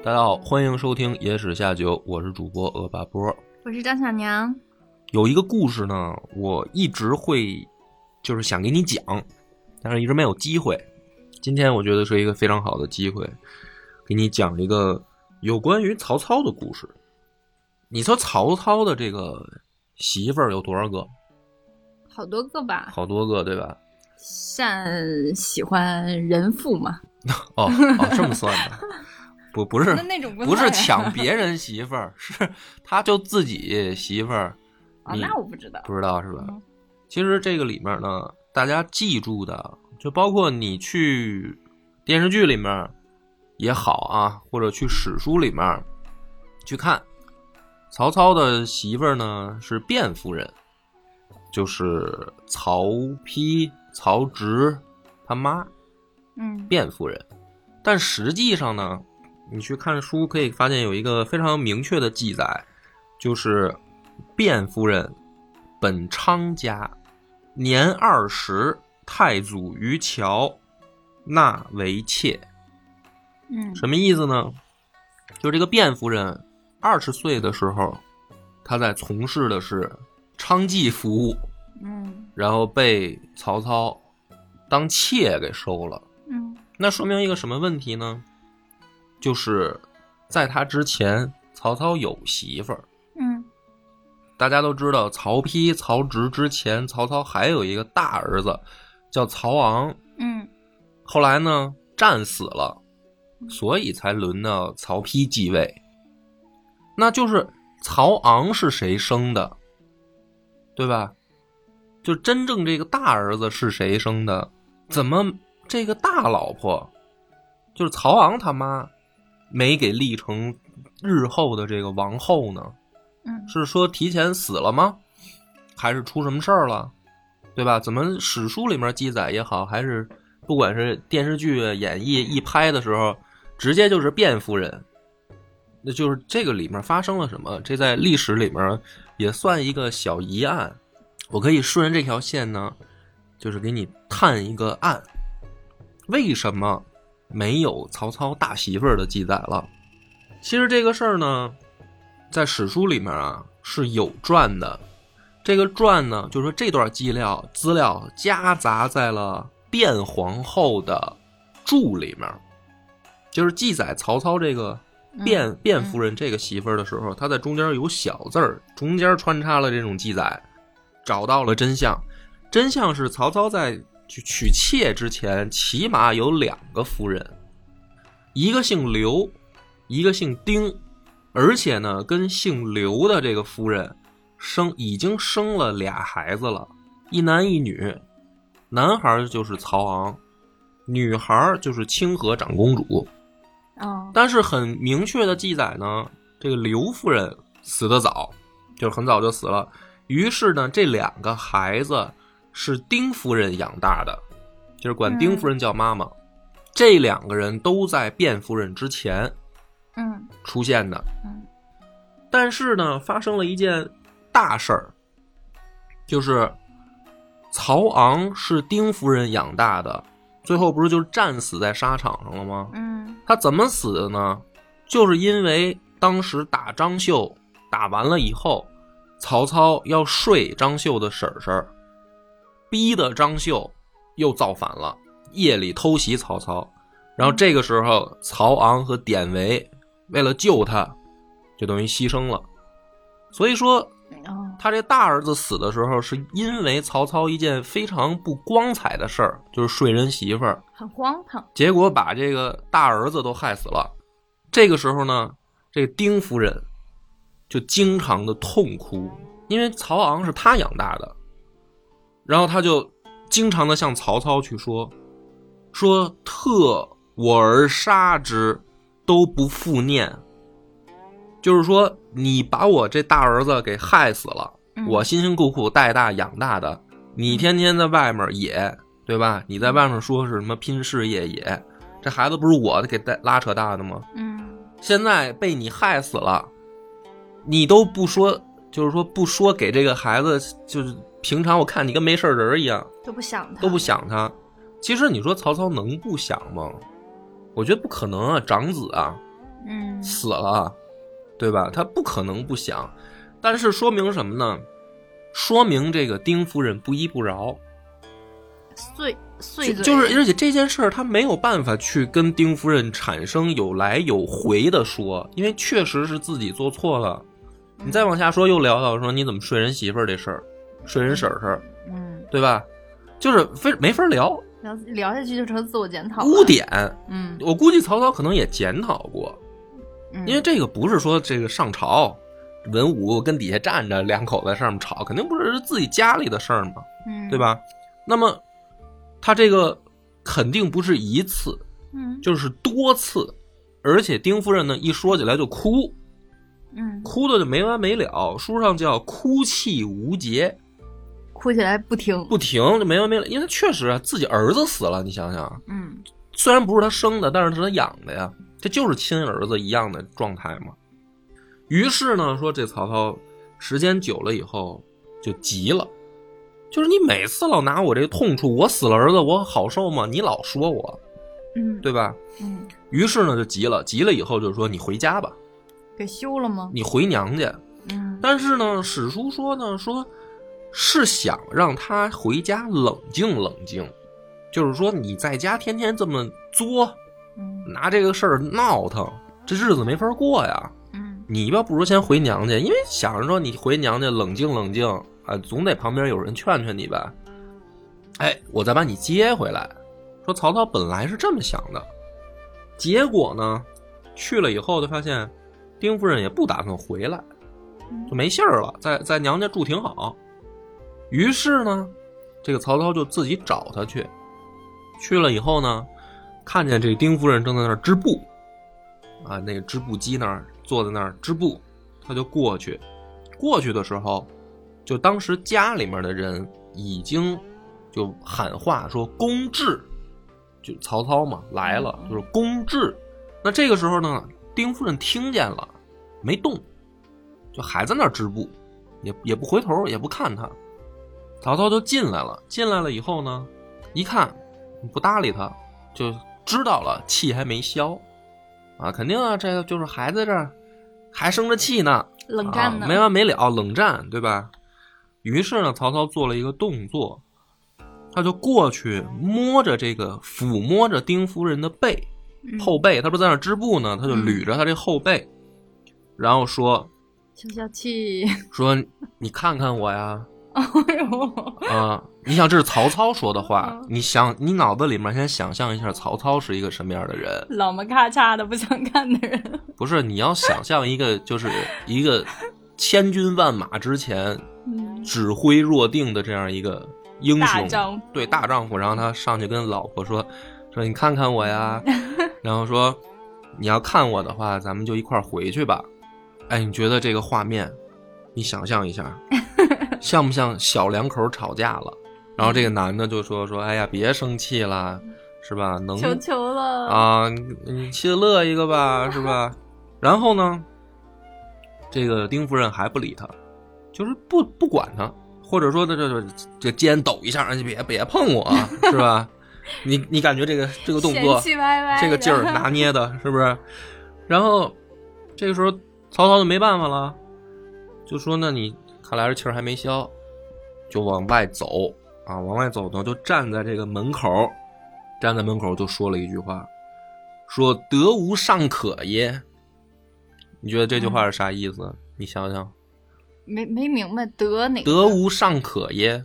大家好，欢迎收听野史下酒，我是主播恶霸波， 我是张小娘。 有一个故事呢，我一直会就是想给你讲，但是一直没有机会。今天我觉得是一个非常好的机会，给你讲一个有关于曹操的故事。你说曹操的这个媳妇儿有多少个？ 好多个吧。 好多个，对吧？ 像喜欢人妇嘛？ 哦，这么算的。不是那种不是抢别人媳妇儿，是他就自己媳妇儿。 那我不知道， 不知道是吧？其实这个里面呢，大家记住的，就包括你去电视剧里面也好啊，或者去史书里面去看，曹操的媳妇儿呢是卞夫人，就是曹丕、曹植他妈，卞夫人。但实际上呢，你去看书可以发现有一个非常明确的记载，就是卞夫人本昌家，年20，太祖于桥，纳为妾。什么意思呢？就这个卞夫人20岁的时候，她在从事的是娼妓服务，然后被曹操当妾给收了。那说明一个什么问题呢？就是在他之前，曹操有媳妇儿。大家都知道，曹丕、曹植之前，曹操还有一个大儿子叫曹昂。后来呢，战死了，所以才轮到曹丕继位。那就是曹昂是谁生的，对吧？就真正这个大儿子是谁生的？怎么这个大老婆就是曹昂他妈没给立成日后的这个王后呢？是说提前死了吗？还是出什么事儿了？对吧？怎么史书里面记载也好，还是不管是电视剧演绎一拍的时候，直接就是卞夫人。那就是这个里面发生了什么？这在历史里面也算一个小疑案。我可以顺着这条线呢，就是给你探一个案。为什么没有曹操大媳妇儿的记载了？其实这个事儿呢，在史书里面啊是有传的。这个传呢，就是说这段资料夹杂在了卞皇后的注里面，就是记载曹操这个卞夫人这个媳妇儿的时候，他在中间有小字儿，中间穿插了这种记载，找到了真相。真相是曹操在娶妾之前，起码有2个夫人，一个姓刘，一个姓丁。而且呢，跟姓刘的这个夫人已经生了2孩子了，一男一女，男孩就是曹昂，女孩就是清河长公主。但是很明确的记载呢，这个刘夫人死得早，就是很早就死了。于是呢，这2个孩子是丁夫人养大的，就是管丁夫人叫妈妈。这2个人都在卞夫人之前出现的。但是呢，发生了一件大事儿，就是曹昂是丁夫人养大的，最后不是就战死在沙场上了吗？他怎么死的呢？就是因为当时打张绣打完了以后，曹操要睡张绣的婶婶，逼得张绣又造反了，夜里偷袭曹操。然后这个时候，曹昂和典韦为了救他，就等于牺牲了。所以说他这大儿子死的时候，是因为曹操一件非常不光彩的事儿，就是睡人媳妇儿， 很荒唐， 结果把这个大儿子都害死了。这个时候呢，这个丁夫人就经常的痛哭，因为曹昂是他养大的，然后他就经常的向曹操去说特我儿杀之，都不复念。就是说你把我这大儿子给害死了，我辛辛苦苦带大养大的，你天天在外面野，对吧？你在外面说是什么拼事业野，这孩子不是我给拉扯大的吗？现在被你害死了，你都不说，就是说不说给这个孩子，就是平常我看你跟没事人一样， 都不想他。 其实你说曹操能不想吗？我觉得不可能啊，长子啊， 死了，对吧？他不可能不想，但是说明什么呢？说明这个丁夫人不依不饶， 碎嘴， 就是而且这件事儿他没有办法去跟丁夫人产生有来有回的说，因为确实是自己做错了。你再往下说，又聊到说你怎么睡人媳妇儿这事儿，睡人婶儿，对吧？就是没法聊下去就成自我检讨污点。 嗯， 我估计曹操可能也检讨过，因为这个不是说这个上朝文武跟底下站着两口子在上面吵，肯定不是自己家里的事儿嘛，对吧？那么他这个肯定不是一次，就是多次，而且丁夫人呢一说起来就哭，哭的就没完没了，书上叫哭泣无节， 哭起来不停就没完没了，因为确实啊，自己儿子死了，你想想，虽然不是他生的，但是是他养的呀，这就是亲儿子一样的状态嘛。于是呢，说这曹操时间久了以后就急了，就是你每次老拿我这痛处，我死了儿子我好受吗？你老说我，对吧？于是呢就急了以后就说你回家吧， 给休了吗？ 你回娘家。但是呢，史书说呢，说是想让他回家冷静冷静，就是说你在家天天这么作，拿这个事儿闹腾，这日子没法过呀。你要不如先回娘家，因为想着说你回娘家冷静冷静啊，总得旁边有人劝劝你吧。哎，我再把你接回来。说曹操本来是这么想的，结果呢，去了以后就发现丁夫人也不打算回来，就没信儿了，在娘家住挺好。于是呢，这个曹操就自己找他去。去了以后呢，看见这丁夫人正在那儿织布，啊，那个织布机那儿坐在那儿织布，他就过去。过去的时候，就当时家里面的人已经就喊话说公至，就曹操嘛来了，就是公至。那这个时候呢，丁夫人听见了，没动，就还在那儿织布，也不回头，也不看他。曹操就进来了，进来了以后呢，一看不搭理他，就知道了气还没消啊，肯定啊，这个就是还在这儿还生着气呢， 冷战呢， 没完没了，冷战，对吧？于是呢，曹操做了一个动作，他就过去摸着抚摸着丁夫人的背，后背，他不是在那儿织布呢，他就捋着他这后背，然后说消消气， 说你看看我呀。你想这是曹操说的话，你脑子里面先想象一下曹操是一个什么样的人， 老么咔嚓的不想看的人。不是，你要想象一个就是一个千军万马之前指挥若定的这样一个英雄，对，大丈夫。然后他上去跟老婆说你看看我呀，然后说你要看我的话咱们就一块回去吧。哎，你觉得这个画面你想象一下像不像小两口吵架了？然后这个男的就说哎呀别生气了，是吧？能求求了啊，你亲乐一个吧，是吧？然后呢，这个丁夫人还不理他，就是不管他，或者说这肩抖一下，你别碰我，是吧？你感觉这个动作，这个劲儿拿捏的是不是？然后这个时候曹操就没办法了，就说那你看来这气儿还没消，就往外走啊，往外走呢，就站在这个门口，就说了一句话，说得无尚可耶。你觉得这句话是啥意思？你想想。 没明白得哪个？ 得无尚可耶，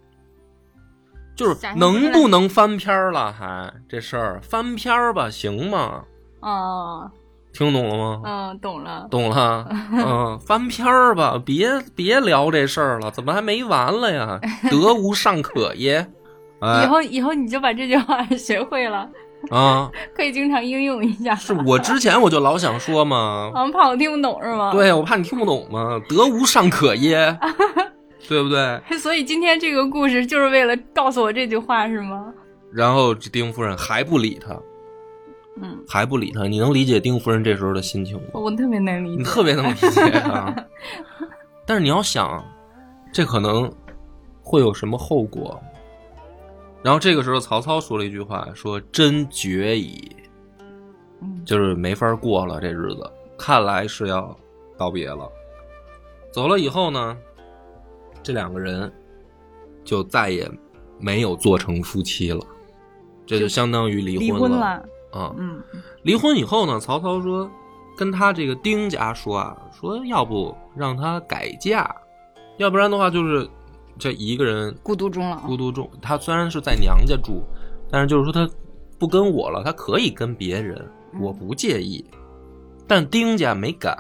就是能不能翻篇了？还这事儿翻篇吧，行吗？听懂了吗？ 懂了。 翻篇吧，别聊这事儿了，怎么还没完了呀？得无尚可耶。 以后你就把这句话学会了啊， 可以经常应用一下。 是我之前我就老想说嘛， 怕我听不懂是吗？ 对，我怕你听不懂嘛。得无尚可耶，对不对？ 所以今天这个故事就是为了告诉我这句话是吗？ 然后丁夫人还不理他。还不理他，你能理解丁夫人这时候的心情吗？ 我特别能理解， 你特别能理解啊。但是你要想，这可能会有什么后果？然后这个时候曹操说了一句话，说真绝矣。 就是没法过了，这日子看来是要道别了。走了以后呢，这两个人就再也没有做成夫妻了，这就相当于离婚了。离婚以后呢，曹操说跟他这个丁家说说要不让他改嫁，要不然的话就是这一个人孤独终老。 他虽然是在娘家住，但是就是说他不跟我了，他可以跟别人，我不介意。但丁家没敢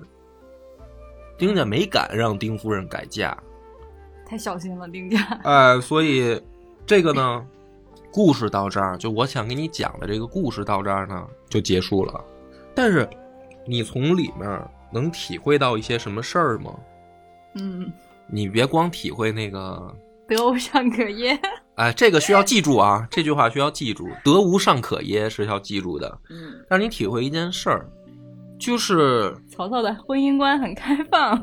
让丁夫人改嫁， 太小心了丁家。 所以这个呢，故事到这儿，就我想给你讲的这个故事到这儿呢就结束了。但是你从里面能体会到一些什么事儿吗？你别光体会那个得无尚可耶。 这个需要记住啊，这句话需要记住，得无尚可耶是要记住的。让你体会一件事儿，就是曹操的婚姻观很开放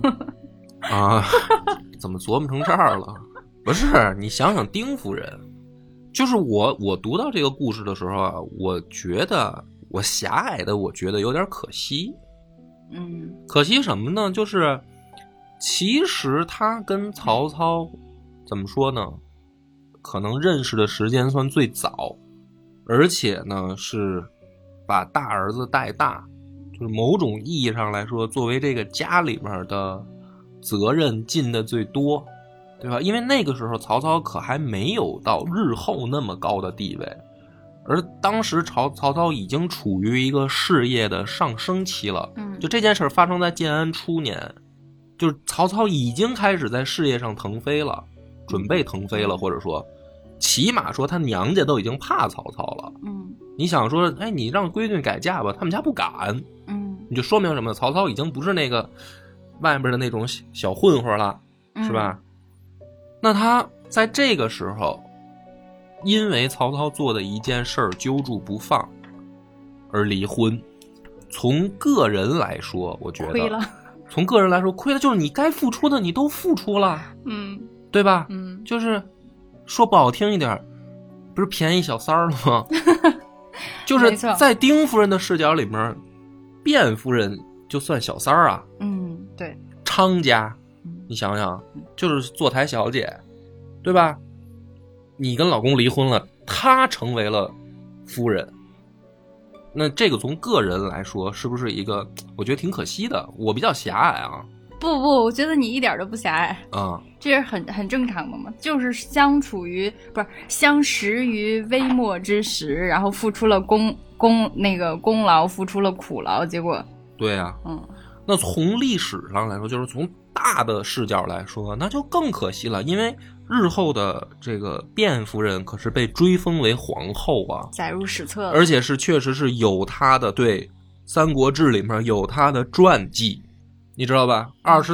怎么琢磨成这儿了？不是，你想想丁夫人，就是我读到这个故事的时候啊，我觉得我狭隘的，我觉得有点可惜。可惜什么呢？就是其实他跟曹操怎么说呢？可能认识的时间算最早，而且呢是把大儿子带大，就是某种意义上来说，作为这个家里面的责任尽的最多，对吧？因为那个时候曹操可还没有到日后那么高的地位，而当时曹操已经处于一个事业的上升期了。就这件事发生在建安初年，就是曹操已经开始在事业上腾飞了，准备腾飞了，或者说起码说他娘家都已经怕曹操了。你想说你让闺女改嫁吧，他们家不敢。你就说明什么？曹操已经不是那个外面的那种小混混了，是吧？那他在这个时候因为曹操做的一件事儿揪住不放而离婚，从个人来说，我觉得亏了。 从个人来说亏了，就是你该付出的你都付出了，对吧？就是说不好听一点，不是便宜小三儿了吗？就是在丁夫人的视角里面，卞夫人就算小三儿啊。 对， 昌家，你想想，就是坐台小姐，对吧？你跟老公离婚了，她成为了夫人，那这个从个人来说，是不是一个我觉得挺可惜的？我比较狭隘啊。 不，我觉得你一点都不狭隘这是很正常的嘛，就是相识于微末之时，然后付出了功劳，付出了苦劳，结果对啊。那从历史上来说，就是从大的视角来说，那就更可惜了，因为日后的这个卞夫人可是被追封为皇后啊， 载入史册了， 而且是确实是有她的，对，《三国志》里面有她的传记，你知道吧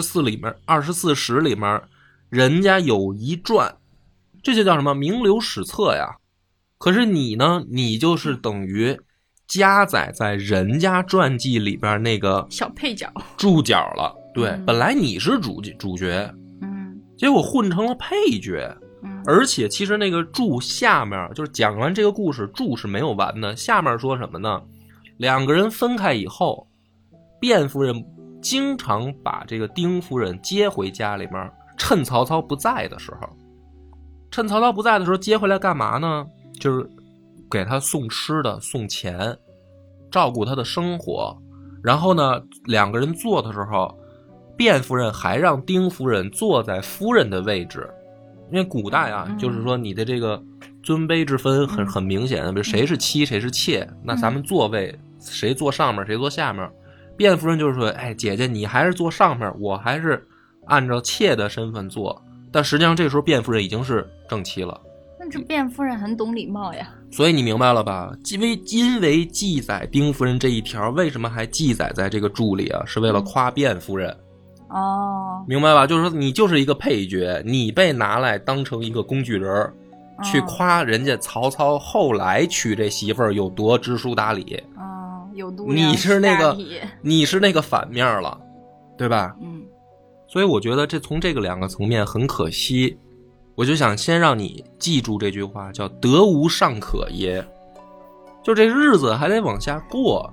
？24史里面人家有一传，这就叫什么名留史册呀。可是你呢，你就是等于加载在人家传记里边那个小配角注脚了。对，本来你是主角，结果混成了配角。而且其实那个注下面就是讲完这个故事，注是没有完的，下面说什么呢？两个人分开以后，卞夫人经常把这个丁夫人接回家里面，趁曹操不在的时候接回来干嘛呢？就是给他送吃的送钱，照顾他的生活。然后呢，两个人坐的时候，卞夫人还让丁夫人坐在夫人的位置，因为古代啊，就是说你的这个尊卑之分很明显的，比如谁是妻谁是妾，那咱们座位谁坐上面谁坐下面。卞夫人就是说，姐姐你还是坐上面，我还是按照妾的身份坐。但实际上这时候卞夫人已经是正妻了。 那这卞夫人很懂礼貌呀。 所以你明白了吧？因为记载丁夫人这一条，为什么还记载在这个注里啊？是为了夸卞夫人。明白吧？就是说你就是一个配角，你被拿来当成一个工具人，去夸人家曹操后来娶这媳妇儿有多知书达理。 有度你是那个反面了，对吧？所以我觉得从这个两个层面很可惜。我就想先让你记住这句话，叫得无尚可耶。就这日子还得往下过，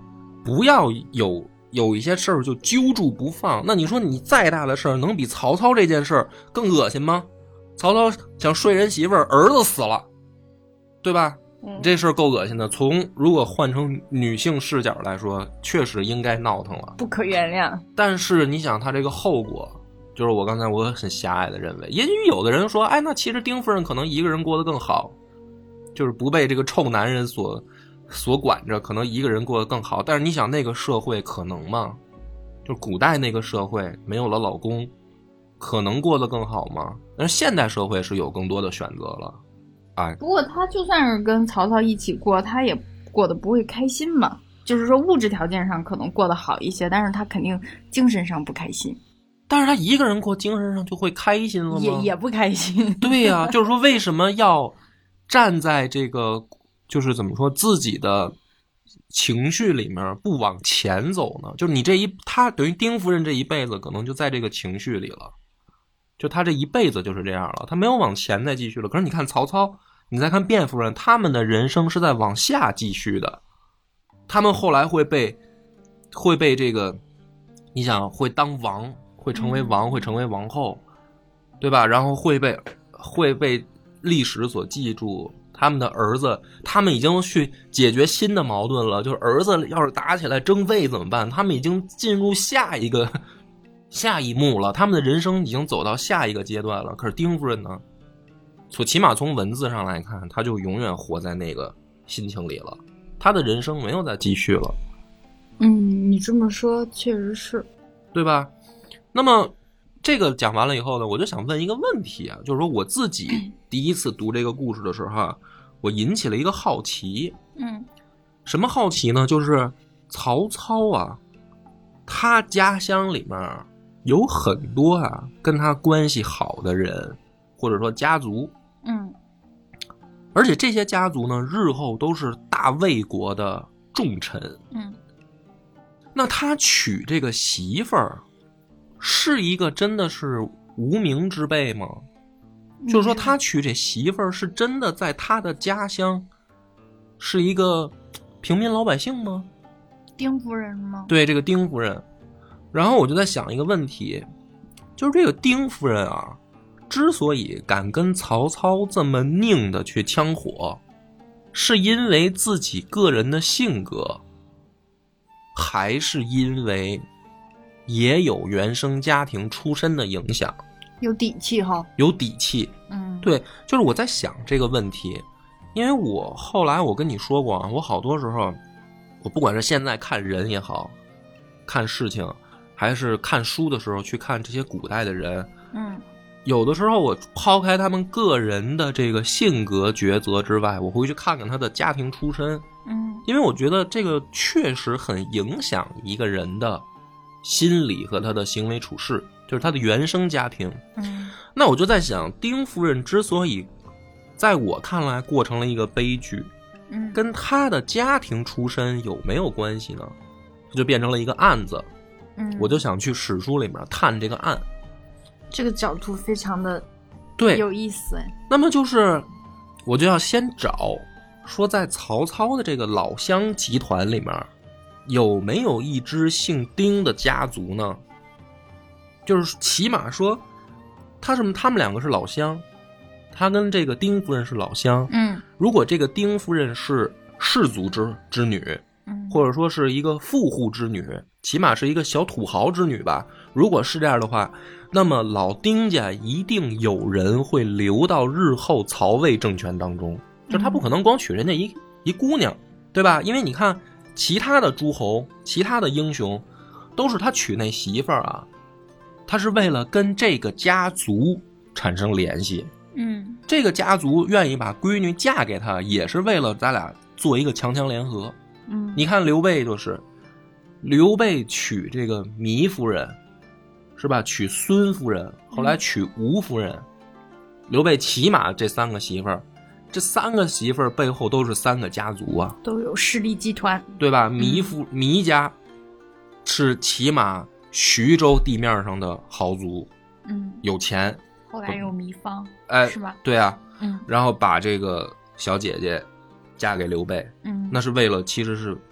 不要有一些事儿就揪住不放。那你说你再大的事儿，能比曹操这件事儿更恶心吗？曹操想睡人媳妇儿，儿子死了，对吧？这事儿够恶心的。如果换成女性视角来说，确实应该闹腾了， 不可原谅。 但是你想他这个后果，就是我很狭隘的认为，也许有的人说，哎，那其实丁夫人可能一个人过得更好，就是不被这个臭男人所管着，可能一个人过得更好。但是你想那个社会可能吗？就是古代那个社会没有了老公，可能过得更好吗？但是现代社会是有更多的选择了。哎， 不过他就算是跟曹操一起过，他也过得不会开心嘛。就是说物质条件上可能过得好一些，但是他肯定精神上不开心。 但是他一个人过，精神上就会开心了吗？ 也不开心。 对呀，就是说为什么要站在这个就是怎么说自己的情绪里面不往前走呢？就是他等于丁夫人这一辈子可能就在这个情绪里了，就他这一辈子就是这样了，他没有往前再继续了。可是你看曹操，你再看卞夫人，他们的人生是在往下继续的，他们后来会被这个，你想会当王，会成为王，会成为王后，对吧？然后会被历史所记住。他们的儿子，他们已经去解决新的矛盾了，就是儿子要是打起来争位怎么办？他们已经进入下一幕了，他们的人生已经走到下一个阶段了。可是丁夫人呢，起码从文字上来看，他就永远活在那个心情里了，他的人生没有再继续了。 你这么说确实是， 对吧？那么这个讲完了以后呢，我就想问一个问题啊，就是说我自己第一次读这个故事的时候啊，我引起了一个好奇。什么好奇呢？就是曹操啊，他家乡里面有很多啊跟他关系好的人，或者说家族。而且这些家族呢，日后都是大魏国的重臣。那他娶这个媳妇儿是一个真的是无名之辈吗？就是说他娶这媳妇儿是真的在他的家乡是一个平民老百姓吗？ 丁夫人吗？ 对，这个丁夫人。然后我就在想一个问题，就是这个丁夫人啊，之所以敢跟曹操这么拧的去枪火，是因为自己个人的性格，还是因为也有原生家庭出身的影响？ 有底气哈， 有底气。对，就是我在想这个问题，因为后来我跟你说过啊，我好多时候，我不管是现在看人也好，看事情，还是看书的时候去看这些古代的人，有的时候我抛开他们个人的这个性格抉择之外，我会去看看他的家庭出身。因为我觉得这个确实很影响一个人的心理和他的行为处事，就是他的原生家庭。那我就在想，丁夫人之所以在我看来过成了一个悲剧，跟他的家庭出身有没有关系呢？就变成了一个案子。我就想去史书里面探这个案。 这个角度非常的有意思。 那么就是我就要先找说，在曹操的这个老乡集团里面有没有一支姓丁的家族呢？就是起码说他们两个是老乡，他跟这个丁夫人是老乡。如果这个丁夫人是士族之女，或者说是一个富户之女，起码是一个小土豪之女吧，如果是这样的话，那么老丁家一定有人会留到日后曹魏政权当中，就他不可能光娶人家一姑娘，对吧？因为你看其他的诸侯，其他的英雄都是他娶那媳妇儿啊，他是为了跟这个家族产生联系。这个家族愿意把闺女嫁给他，也是为了咱俩做一个强强联合。你看刘备就是刘备娶这个糜夫人，是吧？娶孙夫人，后来娶吴夫人。刘备起码这三个媳妇儿，这三个媳妇儿背后都是三个家族啊， 都有势力集团， 对吧？糜家是起码徐州地面上的豪族，有钱。 后来有糜芳，是吧？ 对啊，然后把这个小姐姐嫁给刘备，那是为了其实是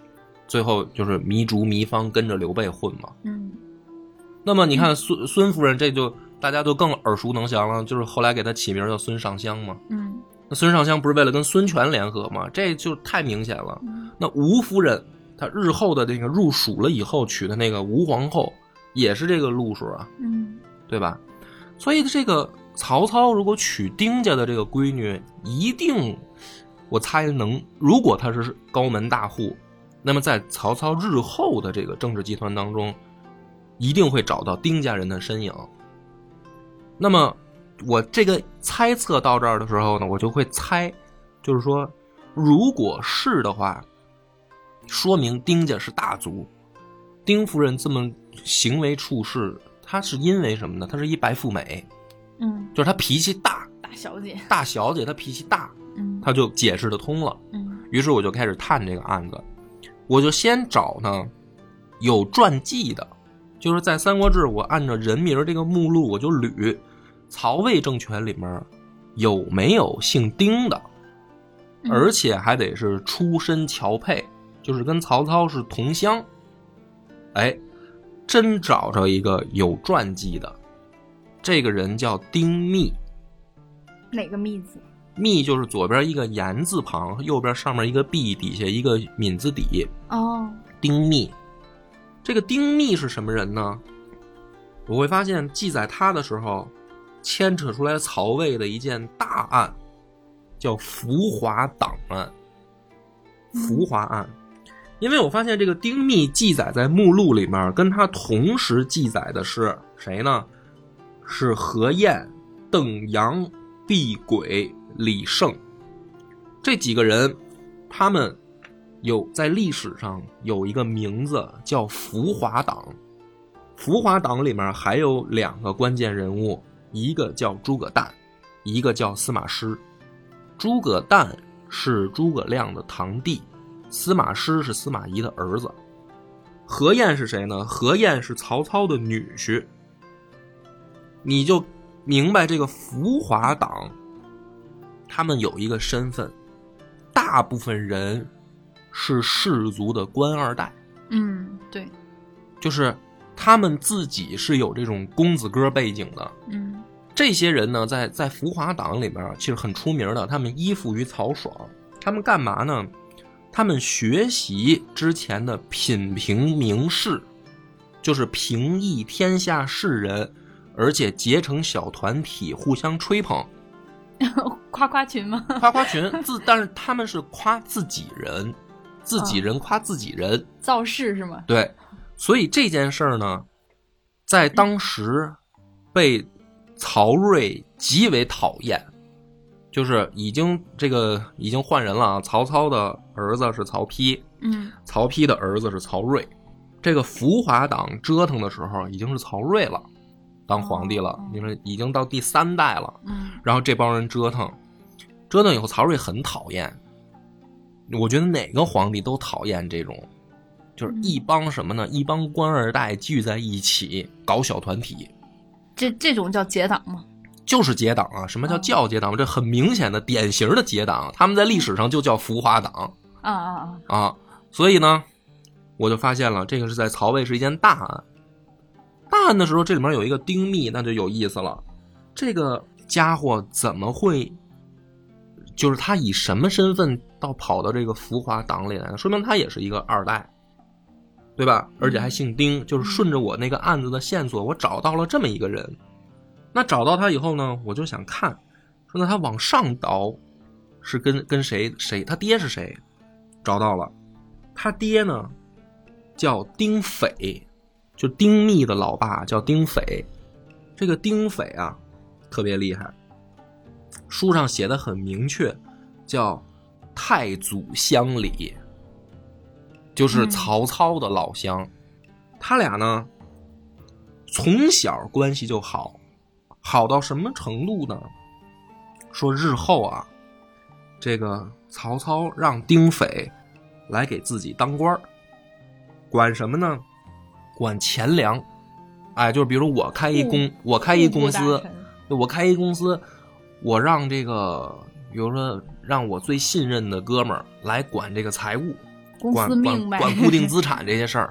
最后就是糜竺、糜芳跟着刘备混嘛。那么你看孙夫人，这就大家都更耳熟能详了，就是后来给他起名叫孙尚香嘛。那孙尚香不是为了跟孙权联合吗？这就太明显了。那吴夫人，她日后的那个入蜀了以后娶的那个吴皇后，也是这个路数啊，对吧？所以这个曹操如果娶丁家的这个闺女，一定我猜如果他是高门大户，那么在曹操日后的这个政治集团当中，一定会找到丁家人的身影。那么我这个猜测到这儿的时候呢，我就会猜，就是说如果是的话，说明丁家是大族。丁夫人这么行为处事，她是因为什么呢？她是一白富美，就是她脾气大，大小姐她脾气大，她就解释得通了。于是我就开始探这个案子，我就先找呢有传记的，就是在《三国志》我按照人名这个目录我就捋曹魏政权里面有没有姓丁的，而且还得是出身侨配，就是跟曹操是同乡。真找着一个有传记的，这个人叫丁密。 哪个密字？ 密就是左边一个言字旁，右边上面一个毕，底下一个敏字底。丁密。这个丁密是什么人呢？我会发现记载他的时候牵扯出来曹魏的一件大案，叫浮华党案。浮华案，因为我发现这个丁密记载在目录里面，跟他同时记载的是谁呢？是何晏、邓阳、毕轨、李胜这几个人，他们有在历史上有一个名字叫浮华党。浮华党里面还有两个关键人物，一个叫诸葛诞，一个叫司马师。诸葛诞是诸葛亮的堂弟，司马师是司马懿的儿子。何晏是谁呢？何晏是曹操的女婿。你就明白这个浮华党他们有一个身份，大部分人是士族的官二代。 对， 就是他们自己是有这种公子哥背景的。这些人呢在浮华党里面其实很出名的，他们依附于曹爽。他们干嘛呢？他们学习之前的品评名士，就是评议天下士人，而且结成小团体互相吹捧。 夸夸群吗？ 夸夸群，但是他们是夸自己人，自己人夸自己人， 造势是吗？ 对，所以这件事儿呢，在当时被曹睿极为讨厌。就是已经换人了啊！曹操的儿子是曹丕，曹丕的儿子是曹睿。这个浮华党折腾的时候，已经是曹睿了，当皇帝了，你说已经到第3代了。然后这帮人折腾以后，曹睿很讨厌。我觉得哪个皇帝都讨厌这种，就是一帮什么呢？一帮官二代聚在一起搞小团体。 这种叫结党吗？ 就是结党啊！什么叫结党？这很明显的典型的结党，他们在历史上就叫浮华党。所以呢，我就发现了，这个是在曹魏是一件大案。大案的时候，这里面有一个丁密，那就有意思了。这个家伙怎么会，就是他以什么身份跑到这个浮华党里来呢？说明他也是一个二代，对吧？而且还姓丁，就是顺着我那个案子的线索，我找到了这么一个人。那找到他以后呢，我就想看，说那他往上倒是跟谁，他爹是谁？找到了，他爹呢叫丁斐，就丁密的老爸叫丁斐。这个丁斐啊特别厉害，书上写的很明确，叫太祖乡里，就是曹操的老乡。他俩呢从小关系就好到什么程度呢？说日后啊，这个曹操让丁斐来给自己当官，管什么呢？管钱粮。就是比如我开一公司，我让这个，比如说让我最信任的哥们儿来管这个财务， 公司命脉， 管固定资产这些事儿。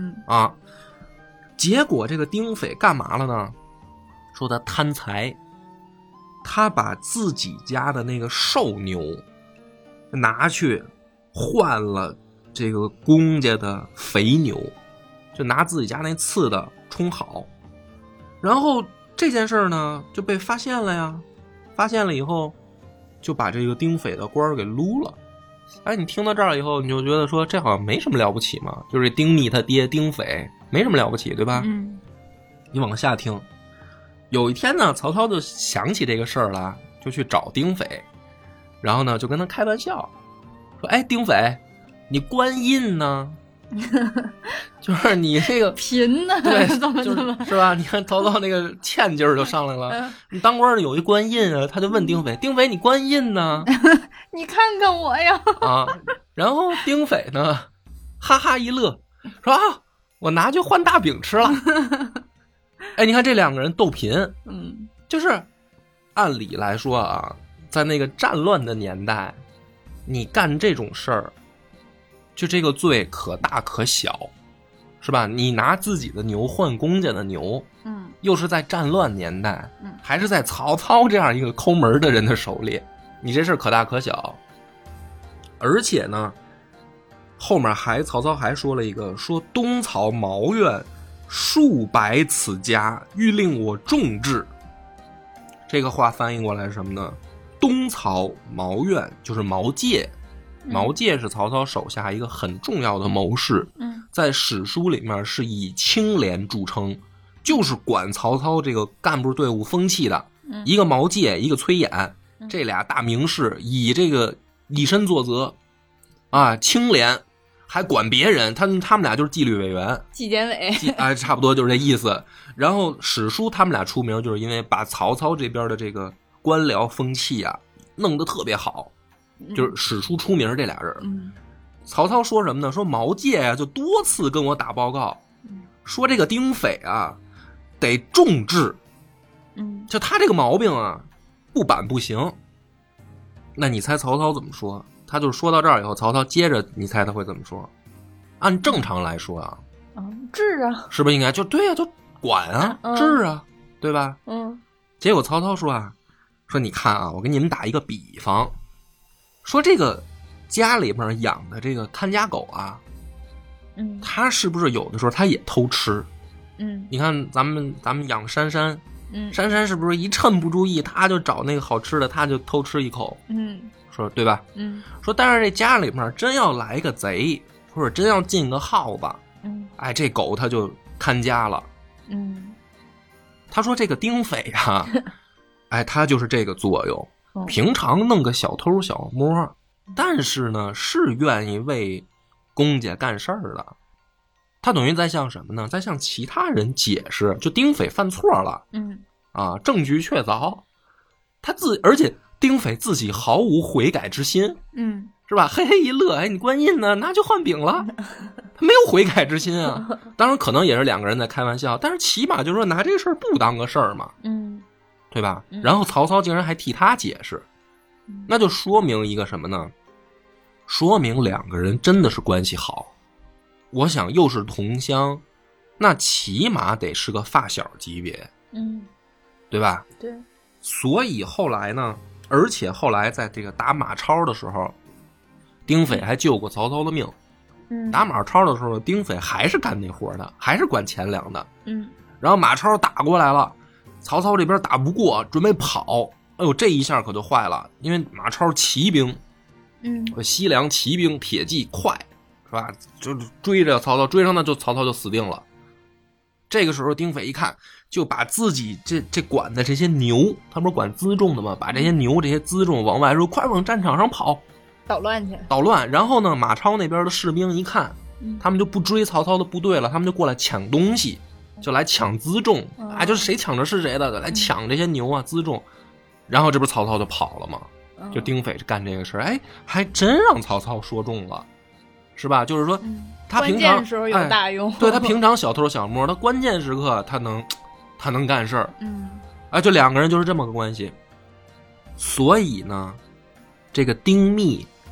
结果这个丁斐干嘛了呢？说他贪财，他把自己家的那个瘦牛拿去换了这个公家的肥牛，就拿自己家那次的充好。然后这件事呢就被发现了呀，发现了以后就把这个丁斐的官给撸了。哎，你听到这儿以后，你就觉得说这好像没什么了不起嘛，就是丁密他爹丁斐没什么了不起，对吧？你往下听，有一天呢，曹操就想起这个事儿了，就去找丁斐，然后呢就跟他开玩笑说：“哎，丁斐，你官印呢？就是你这个贫呢？ 对，是吧？你看曹操那个欠劲儿就上来了。你当官的有一官印啊，他就问丁斐：丁斐，你官印呢？ 你看看我呀！ 啊，然后丁斐呢，哈哈一乐，说啊，我拿去换大饼吃了。哎，你看这两个人斗贫，就是按理来说啊，在那个战乱的年代，你干这种事儿，就这个罪可大可小，是吧？你拿自己的牛换公家的牛，又是在战乱年代，还是在曹操这样一个抠门的人的手里，你这事儿可大可小。而且呢，后面曹操还说了一个，说东曹毛苑数百此家，欲令我重治。这个话翻译过来是什么呢？东曹毛苑就是毛玠，毛玠是曹操手下一个很重要的谋士，在史书里面是以清廉著称，就是管曹操这个干部队伍风气的。一个毛玠，一个崔琰，这俩大名士以这个以身作则啊，清廉，还管别人，他们俩就是纪律委员、 纪检委， 差不多就是这意思。然后史书他们俩出名，就是因为把曹操这边的这个官僚风气啊弄得特别好，就是史书出名这俩人。曹操说什么呢？说毛玠啊，就多次跟我打报告，说这个丁斐啊得重治，就他这个毛病啊不板不行。那你猜曹操怎么说？他就说到这儿以后，曹操接着你猜他会怎么说？按正常来说啊， 治啊， 是不是应该就对啊，就管啊，治啊，对吧？结果曹操说啊，说你看啊，我给你们打一个比方，说这个家里面养的这个看家狗啊，他是不是有的时候他也偷吃？你看咱们养珊珊，珊珊是不是一趁不注意，他就找那个好吃的，他就偷吃一口？说对吧？说但是这家里面真要来个贼，或者真要进个耗子，哎，这狗他就看家了。他说这个丁斐啊，哎，他就是这个作用。平常弄个小偷小摸，但是呢，是愿意为公家干事儿的。他等于在向什么呢？在向其他人解释，就丁斐犯错了，证据确凿，而且丁斐自己毫无悔改之心，是吧？嘿嘿一乐，哎，你官印呢？拿去换饼了，他没有悔改之心啊。当然，可能也是两个人在开玩笑，但是起码就是说拿这个事儿不当个事儿嘛，对吧？然后曹操竟然还替他解释，那就说明一个什么呢？说明两个人真的是关系好。我想又是同乡，那起码得是个发小级别，对吧？ 对。 所以后来呢，而且后来在这个打马超的时候，丁斐还救过曹操的命。打马超的时候，丁斐还是干那活的，还是管钱粮的。然后马超打过来了，曹操这边打不过，准备跑。哎呦，这一下可就坏了，因为马超骑兵，西凉骑兵铁骑快，是吧？就追着曹操，追上那就曹操就死定了。这个时候丁斐一看，就把自己这管的这些牛，他不是管辎重的吗？把这些牛这些辎重往外说，快往战场上跑， 捣乱去。 捣乱。然后呢，马超那边的士兵一看，他们就不追曹操的部队了，他们就过来抢东西，就来抢辎重，就是谁抢着是谁的，来抢这些牛啊辎重。然后这不是曹操就跑了吗？就丁斐干这个事儿，哎，还真让曹操说中了，是吧？就是说他平常关键时候有大用， 对，他平常小偷小摸，他关键时刻他能干事儿，就两个人就是这么个关系。所以呢，这个丁密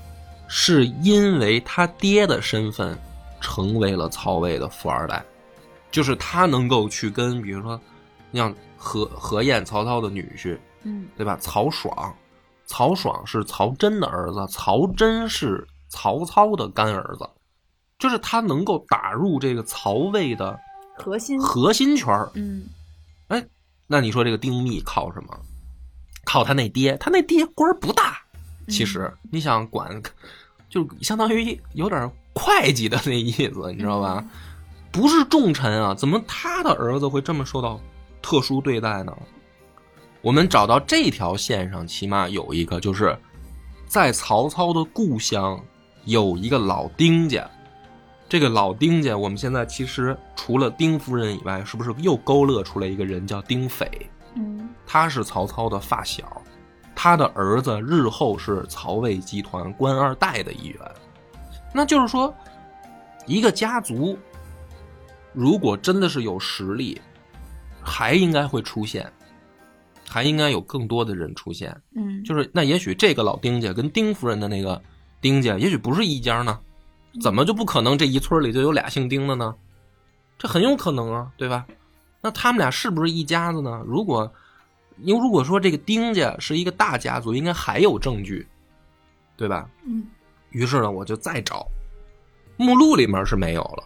是因为他爹的身份成为了曹魏的富二代，就是他能够去跟比如说像何晏曹操的女婿，对吧？曹爽是曹真的儿子，曹真是曹操的干儿子，就是他能够打入这个曹魏的核心圈。哎，那你说这个丁密靠什么？靠他那爹，他那爹官不大，其实你想管，就相当于有点会计的那意思，你知道吧？不是重臣啊，怎么他的儿子会这么受到特殊对待呢？我们找到这条线上起码有一个，就是在曹操的故乡有一个老丁家，这个老丁家我们现在其实除了丁夫人以外，是不是又勾勒出来一个人叫丁斐？他是曹操的发小，他的儿子日后是曹魏集团官二代的一员。那就是说一个家族如果真的是有实力，还应该会出现，还应该有更多的人出现。就是那也许这个老丁家跟丁夫人的那个丁家也许不是一家呢，怎么就不可能这一村里就有俩姓丁的呢？这很有可能啊，对吧？那他们俩是不是一家子呢？如果说这个丁家是一个大家族，应该还有证据，对吧？于是呢，我就再找，目录里面是没有了，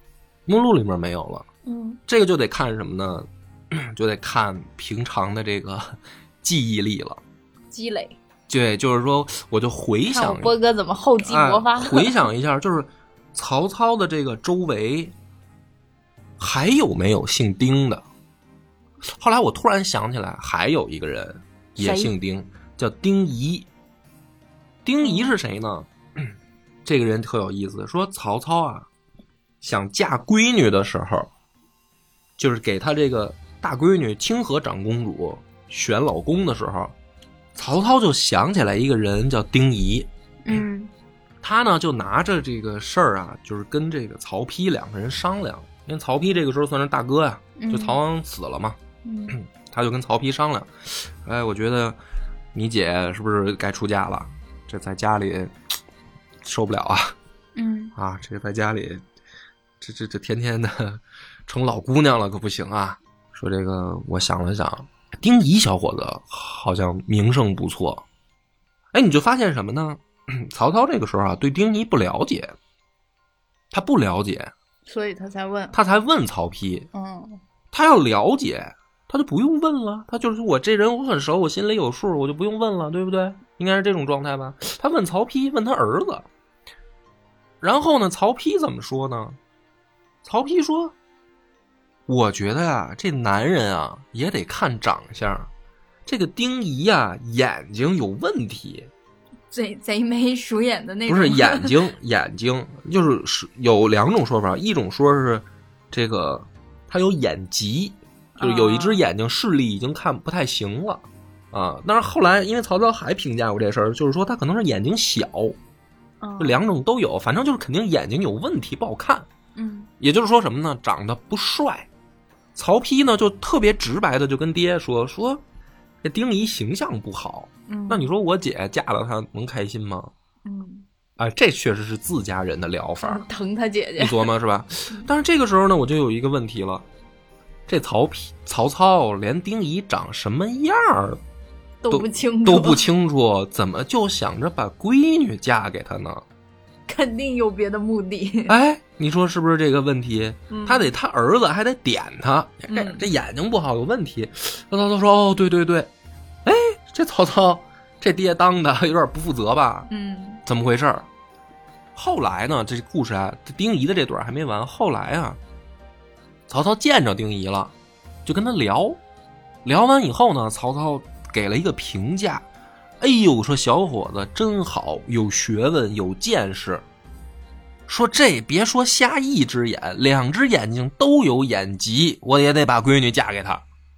这个就得看什么呢？就得看平常的这个记忆力了， 积累。 对，就是说，我就回想，看我波哥怎么厚积薄发。 回想一下，就是曹操的这个周围还有没有姓丁的？后来我突然想起来，还有一个人也姓丁，叫丁仪。丁仪是谁呢？这个人特有意思，说曹操啊，想嫁闺女的时候，就是给他这个大闺女清河长公主选老公的时候，曹操就想起来一个人叫丁仪。他呢就拿着这个事儿啊，就是跟这个曹丕两个人商量，因为曹丕这个时候算是大哥呀，就曹王死了嘛。他就跟曹丕商量，哎，我觉得你姐是不是该出嫁了？这在家里受不了啊！这在家里，这天天的成老姑娘了，可不行啊！说这个，我想了想，丁仪小伙子好像名声不错。哎，你就发现什么呢？曹操这个时候啊，对丁仪不了解，他不了解， 所以他才问曹丕。他要了解，他就不用问了，他就是我这人我很熟，我心里有数，我就不用问了，对不对？应该是这种状态吧。他问曹丕，问他儿子，然后呢，曹丕怎么说呢？曹丕说，我觉得呀，这男人啊也得看长相，这个丁仪啊眼睛有问题， 贼眉鼠眼的那种。 不是眼睛就是有两种说法，一种说是这个他有眼疾，就是有一只眼睛视力已经看不太行了啊。但是后来因为曹操还评价过这事儿，就是说他可能是眼睛小，就两种都有，反正就是肯定眼睛有问题不好看。也就是说什么呢？长得不帅。曹丕呢就特别直白的就跟爹说这丁仪形象不好。那你说我姐嫁了他能开心吗？这确实是自家人的疗法， 疼他姐姐， 你琢磨是吧？但是这个时候呢，我就有一个问题了，这曹操连丁仪长什么样都不清楚， 怎么就想着把闺女嫁给他呢？ 肯定有别的目的。 哎，你说是不是这个问题？他儿子还得点他，这眼睛不好有问题。曹操说哦，对，哎，这曹操这爹当的有点不负责吧？怎么回事？后来呢，这故事啊，丁仪的这段还没完。后来啊，曹操见着丁仪了，就跟他聊完以后呢，曹操给了一个评价。哎呦，说小伙子真好，有学问，有见识。说这别说瞎一只眼，两只眼睛都有眼疾，我也得把闺女嫁给他。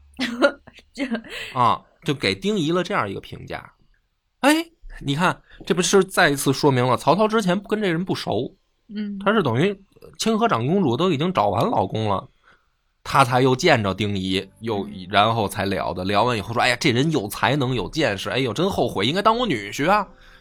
就给丁仪了这样一个评价。哎，你看，这不是再一次说明了曹操之前跟这人不熟。他是等于清河长公主都已经找完老公了，他才又见着丁仪，然后才聊完以后说，哎呀，这人有才能有见识，哎呦真后悔应该当我女婿啊。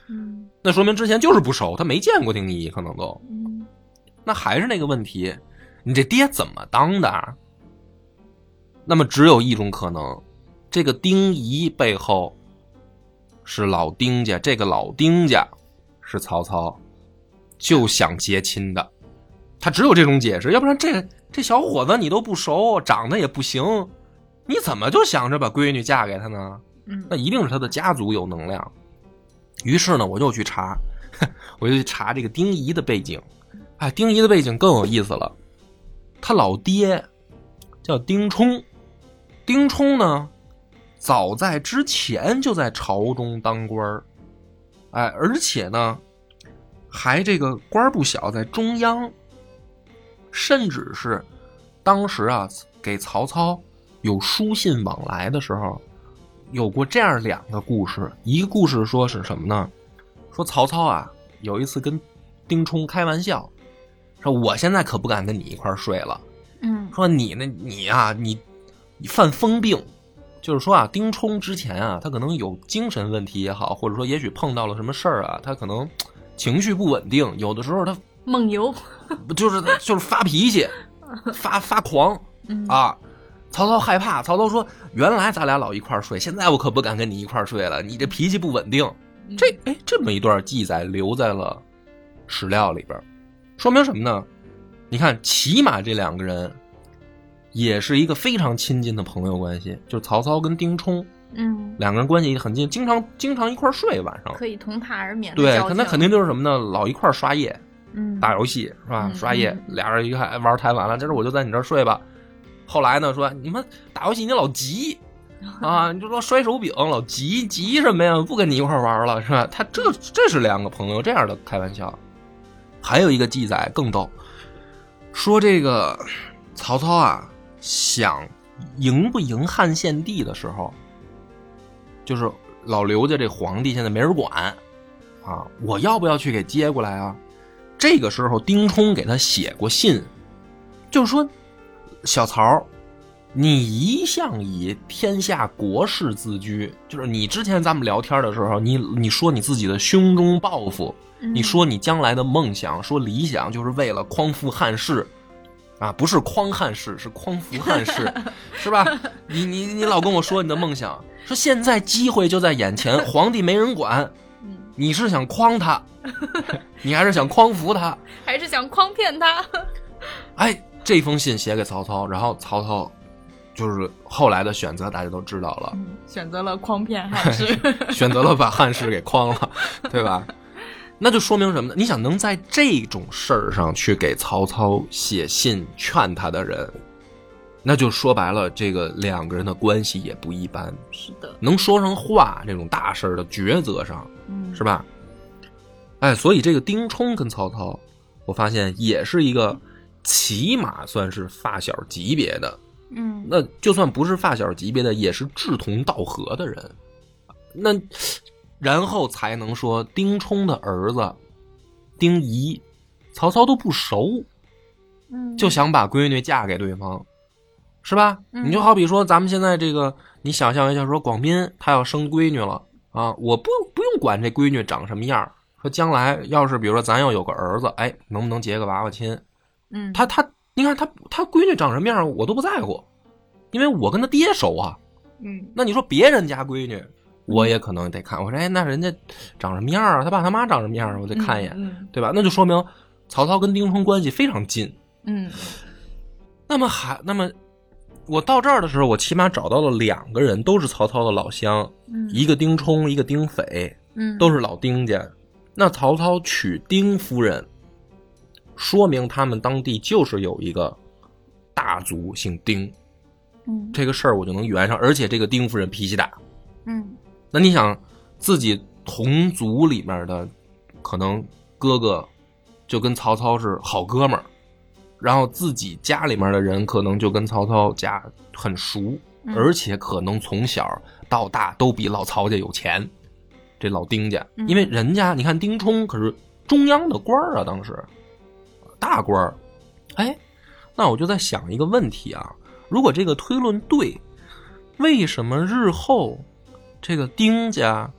那说明之前就是不熟，他没见过丁仪，可能都。那还是那个问题，你这爹怎么当的？那么只有一种可能，这个丁仪背后是老丁家，这个老丁家是曹操就想结亲的，他只有这种解释，要不然这小伙子你都不熟，长得也不行，你怎么就想着把闺女嫁给他呢？那一定是他的家族有能量。于是呢，我就去查这个丁仪的背景。哎，丁仪的背景更有意思了，他老爹叫丁冲，丁冲呢早在之前就在朝中当官，哎，而且呢还这个官不小，在中央，甚至是当时啊给曹操有书信往来的时候，有过这样2个故事。一个故事说是什么呢？说曹操啊有一次跟丁冲开玩笑，说我现在可不敢跟你一块睡了。说你犯疯病，就是说啊，丁冲之前啊，他可能有精神问题也好，或者说也许碰到了什么事儿啊，他可能情绪不稳定，有的时候他梦游， 就是发脾气，发狂啊。曹操害怕，曹操说：“原来咱俩老一块睡，现在我可不敢跟你一块睡了，你这脾气不稳定。”这么一段记载留在了史料里边，说明什么呢？你看，起码这2个人也是一个非常亲近的朋友关系，就是曹操跟丁冲，2个人关系很近，经常一块睡，晚上可以同榻而眠的对， 交情。 那肯定就是什么呢？老一块刷夜，打游戏是吧？刷夜，俩人一看玩太晚了，这时候我就在你这儿睡吧。后来呢，说你们打游戏你老急啊，你就说摔手柄老急什么呀？不跟你一块玩了是吧？他这是2个朋友这样的开玩笑。还有一个记载更逗，说这个曹操啊想迎不迎汉献帝的时候，就是老刘家这皇帝现在没人管啊，我要不要去给接过来啊？这个时候丁冲给他写过信，就是说小曹，你一向以天下国事自居，就是你之前咱们聊天的时候，你说你自己的胸中抱负，你说你将来的梦想，说理想就是为了匡扶汉室啊，不是匡汉室，是匡扶汉室，是吧？你老跟我说你的梦想，说现在机会就在眼前，皇帝没人管，你是想诓他，你还是想匡扶他， 还是想诓骗他？ 哎，这封信写给曹操，然后曹操就是后来的选择大家都知道了， 选择了诓骗汉室， 选择了把汉室给诓了，对吧？那就说明什么呢？你想能在这种事儿上去给曹操写信劝他的人，那就说白了，这个2个人的关系也不一般。 是的， 能说上话，这种大事的抉择上，是吧？哎，所以这个丁冲跟曹操，我发现也是一个起码算是发小级别的，那就算不是发小级别的，也是志同道合的人。那然后才能说丁冲的儿子丁仪，曹操都不熟，就想把闺女嫁给对方，是吧？你就好比说咱们现在这个，你想象一下，说广斌他要生闺女了啊，我不用管这闺女长什么样，说将来要是比如说咱要有个儿子，哎，能不能结个娃娃亲？他你看他闺女长什么样我都不在乎，因为我跟他爹熟啊。那你说别人家闺女，我也可能得看，我说哎，那人家长什么样啊？他爸他妈长什么样啊？我得看一眼，对吧？那就说明曹操跟丁冲关系非常近。那么我到这儿的时候，我起码找到了2个人，都是曹操的老乡，一个丁冲，一个丁斐，都是老丁家。那曹操娶丁夫人，说明他们当地就是有一个大族姓丁，这个事儿我就能圆上。而且这个丁夫人脾气大，那你想自己同族里面的可能哥哥就跟曹操是好哥们儿，然后自己家里面的人可能就跟曹操家很熟，而且可能从小到大都比老曹家有钱，这老丁家，因为人家你看丁冲可是中央的官啊，当时大官。哎，那我就在想一个问题啊，如果这个推论对，为什么日后这个丁家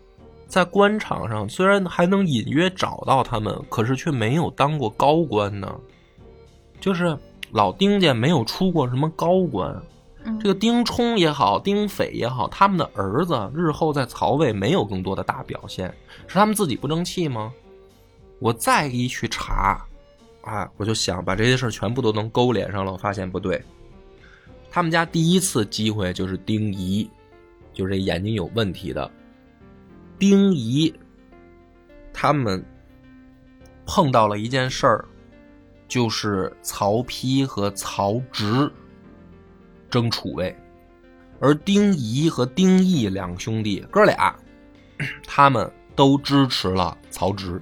在官场上虽然还能隐约找到他们，可是却没有当过高官呢。就是老丁家没有出过什么高官，这个丁冲也好，丁斐也好，他们的儿子日后在曹魏没有更多的大表现，是他们自己不争气吗？我再一去查，我就想把这些事全部都能勾连上了，我发现不对。他们家第一次机会就是丁仪，就是这眼睛有问题的丁仪，他们碰到了一件事儿，就是曹丕和曹植争储位，而丁仪和丁义两兄弟哥俩，他们都支持了曹植。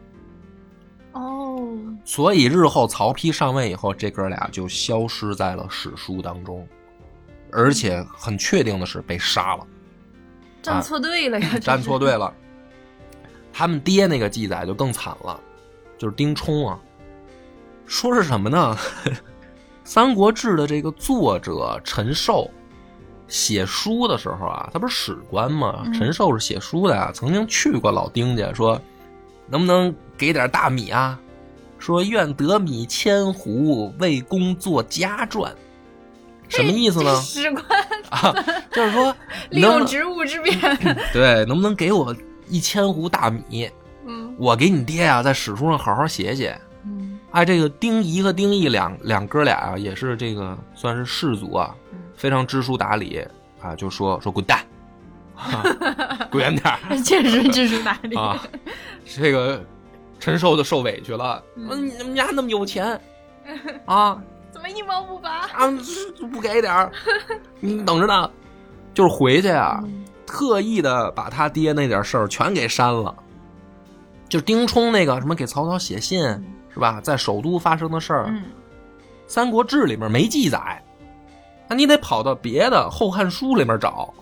所以日后曹丕上位以后，这哥俩就消失在了史书当中，而且很确定的是被杀了。 站错队了呀！ 站错队了。他们爹那个记载就更惨了，就是丁冲啊，说是什么呢？三国志的这个作者陈寿写书的时候啊，他不是史官吗？陈寿是写书的啊，曾经去过老丁家，说能不能给点大米啊？说愿得米1000斛，为公作家传。什么意思呢？ 史官就是说利用职务之便， 对，能不能给我1000斛大米？我给你爹啊，在史书上好好写写。这个丁仪和丁义两哥俩啊，也是这个算是士族啊，非常知书达理啊，就说滚蛋，滚远点。 确实知书达理啊，这个陈寿就受委屈了，你们家那么有钱啊， 怎么一毛不拔不给点你等着呢。就是回去啊，特意的把他爹那点事儿全给删了。就是丁冲那个什么给曹操写信是吧，在首都发生的事儿，三国志里面没记载，那你得跑到别的后汉书里面找。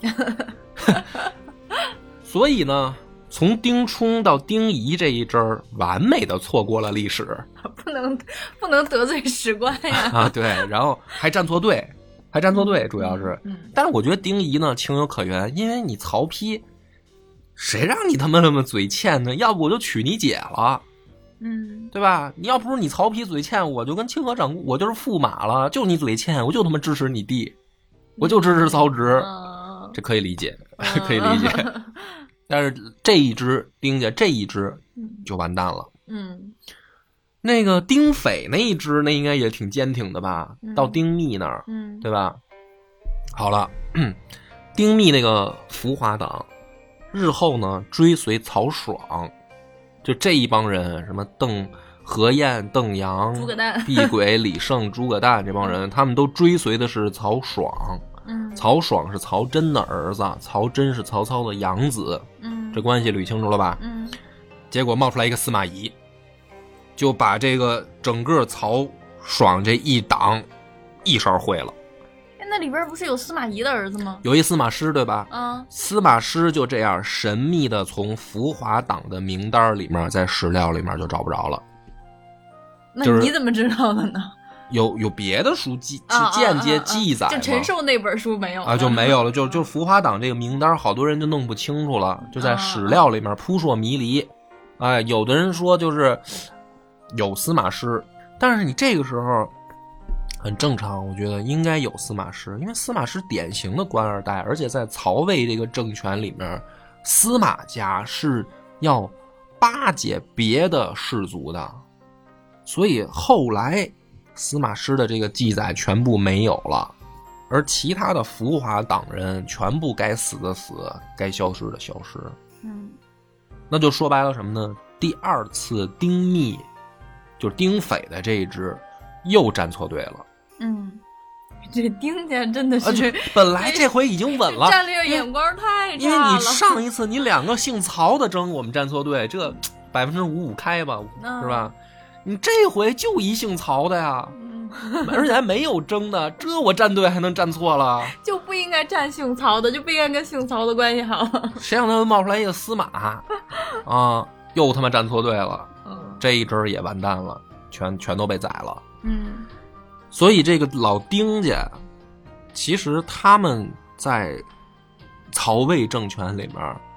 所以呢，从丁冲到丁仪这一针儿，完美的错过了历史。 不能得罪史官呀！ 对，然后还站错队，主要是。但是我觉得丁仪呢情有可原，因为你曹丕，谁让你他妈那么嘴欠呢？要不我就娶你姐了，对吧？你要不是你曹丕嘴欠，我就跟清河长我就是驸马了，就你嘴欠，我就他妈支持你弟，我就支持曹植，这可以理解，可以理解。但是这一支丁家这一支就完蛋了。那个丁斐那一支那应该也挺坚挺的吧，到丁密那儿，对吧？好了，丁密那个浮华党日后呢追随曹爽，就这一帮人，什么何晏、邓阳、 诸葛诞、 毕轨、李胜、诸葛诞这帮人，他们都追随的是曹爽。曹爽是曹真的儿子，曹真是曹操的养子，这关系捋清楚了吧？结果冒出来一个司马懿，就把这个整个曹爽这一党一勺烩了。 那里边不是有司马懿的儿子吗？ 有一司马师，对吧？司马师就这样神秘的从浮华党的名单里面，在史料里面就找不着了。 那你怎么知道的呢？ 有别的书间接记载， 就陈寿那本书没有啊，就没有了。就浮华党这个名单，好多人就弄不清楚了，就在史料里面扑朔迷离。有的人说就是有司马师，但是你这个时候很正常，我觉得应该有司马师，因为司马师典型的官二代，而且在曹魏这个政权里面，司马家是要巴结别的氏族的，所以后来司马师的这个记载全部没有了，而其他的浮华党人全部该死的死，该消失的消失。那就说白了什么呢？第二次丁密，就是丁斐的这一支又站错队了。 这丁家真的是， 本来这回已经稳了， 战略眼光太差了。 因为你上一次你两个姓曹的争，我们站错队，这55%开吧，是吧？你这回就一姓曹的呀，而且还没有争的，这我站队还能站错了？ 就不应该站姓曹的，就不应该跟姓曹的关系好。 谁让他冒出来一个司马啊？又他妈站错队了，这一支也完蛋了，全都被宰了。所以这个老丁家，其实他们在曹魏政权里面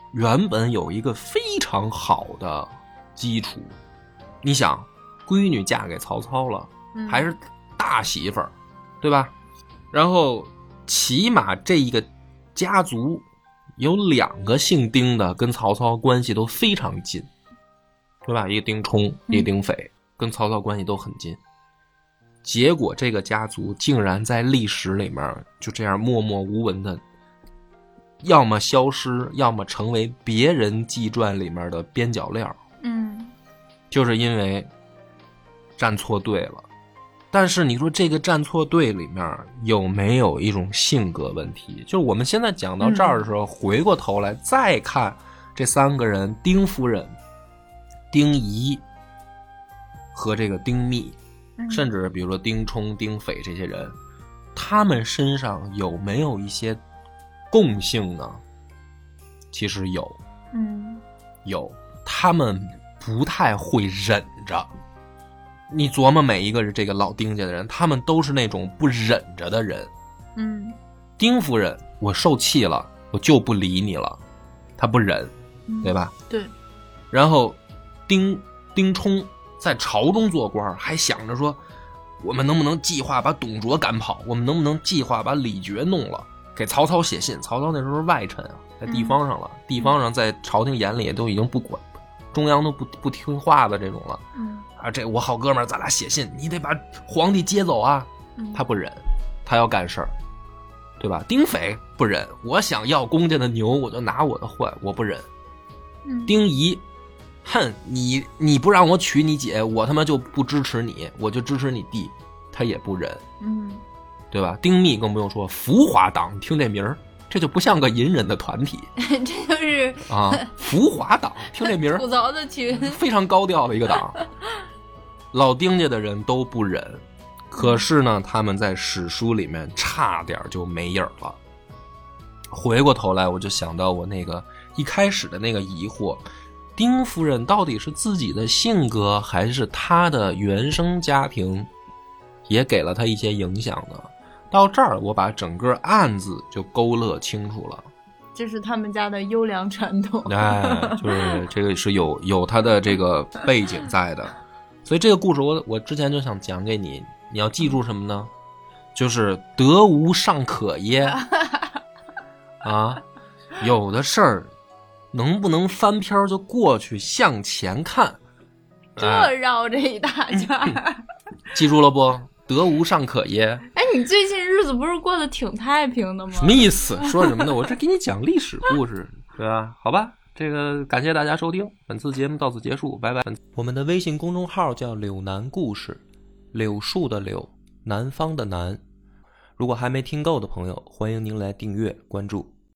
原本有一个非常好的基础。你想，闺女嫁给曹操了，还是大媳妇儿，对吧？然后起码这一个家族有2个姓丁的跟曹操关系都非常近，对吧？一个丁冲，一个丁斐，跟曹操关系都很近。结果这个家族竟然在历史里面就这样默默无闻的，要么消失，要么成为别人纪传里面的边角料。就是因为站错队了。但是你说这个站错队里面有没有一种性格问题？就是我们现在讲到这儿的时候，回过头来再看这3个人，丁夫人、丁仪和这个丁密，甚至比如说丁冲、丁斐这些人，他们身上有没有一些共性呢？其实有，有，他们不太会忍着。你琢磨每一个这个老丁家的人，他们都是那种不忍着的人。丁夫人，我受气了，我就不理你了，他不忍，对吧？ 对。 然后丁冲在朝中做官，还想着说，我们能不能计划把董卓赶跑？我们能不能计划把李傕弄了？给曹操写信。曹操那时候是外臣啊，在地方上了，地方上在朝廷眼里都已经不管，中央都不听话的这种了。这我好哥们儿，咱俩写信，你得把皇帝接走啊。他不忍，他要干事儿，对吧？丁斐不忍，我想要公家的牛，我就拿我的换，我不忍。丁仪，恨你不让我娶你姐，我他妈就不支持你，我就支持你弟，他也不忍。对吧？丁密更不用说，浮华党，听这名儿，这就不像个隐忍的团体。 这就是浮华党，听这名儿， 吐槽的群， 非常高调的一个党。老丁家的人都不忍，可是呢，他们在史书里面差点就没影了。回过头来，我就想到我那个一开始的那个疑惑，丁夫人到底是自己的性格，还是她的原生家庭也给了她一些影响呢？到这儿，我把整个案子就勾勒清楚了。 这是他们家的优良传统。 就是这个是有他的这个背景在的。所以这个故事我之前就想讲给你，你要记住什么呢？就是得无尚可耶有的事儿能不能翻篇就过去，向前看， 这绕这一大圈记住了不？得无尚可耶。 你最近日子不是过得挺太平的吗？ 什么意思？说什么呢？我这给你讲历史故事，对吧？好吧，这个感谢大家收听，本次节目到此结束，拜拜。我们的微信公众号叫柳南故事，柳树的柳，南方的南。如果还没听够的朋友，欢迎您来订阅关注。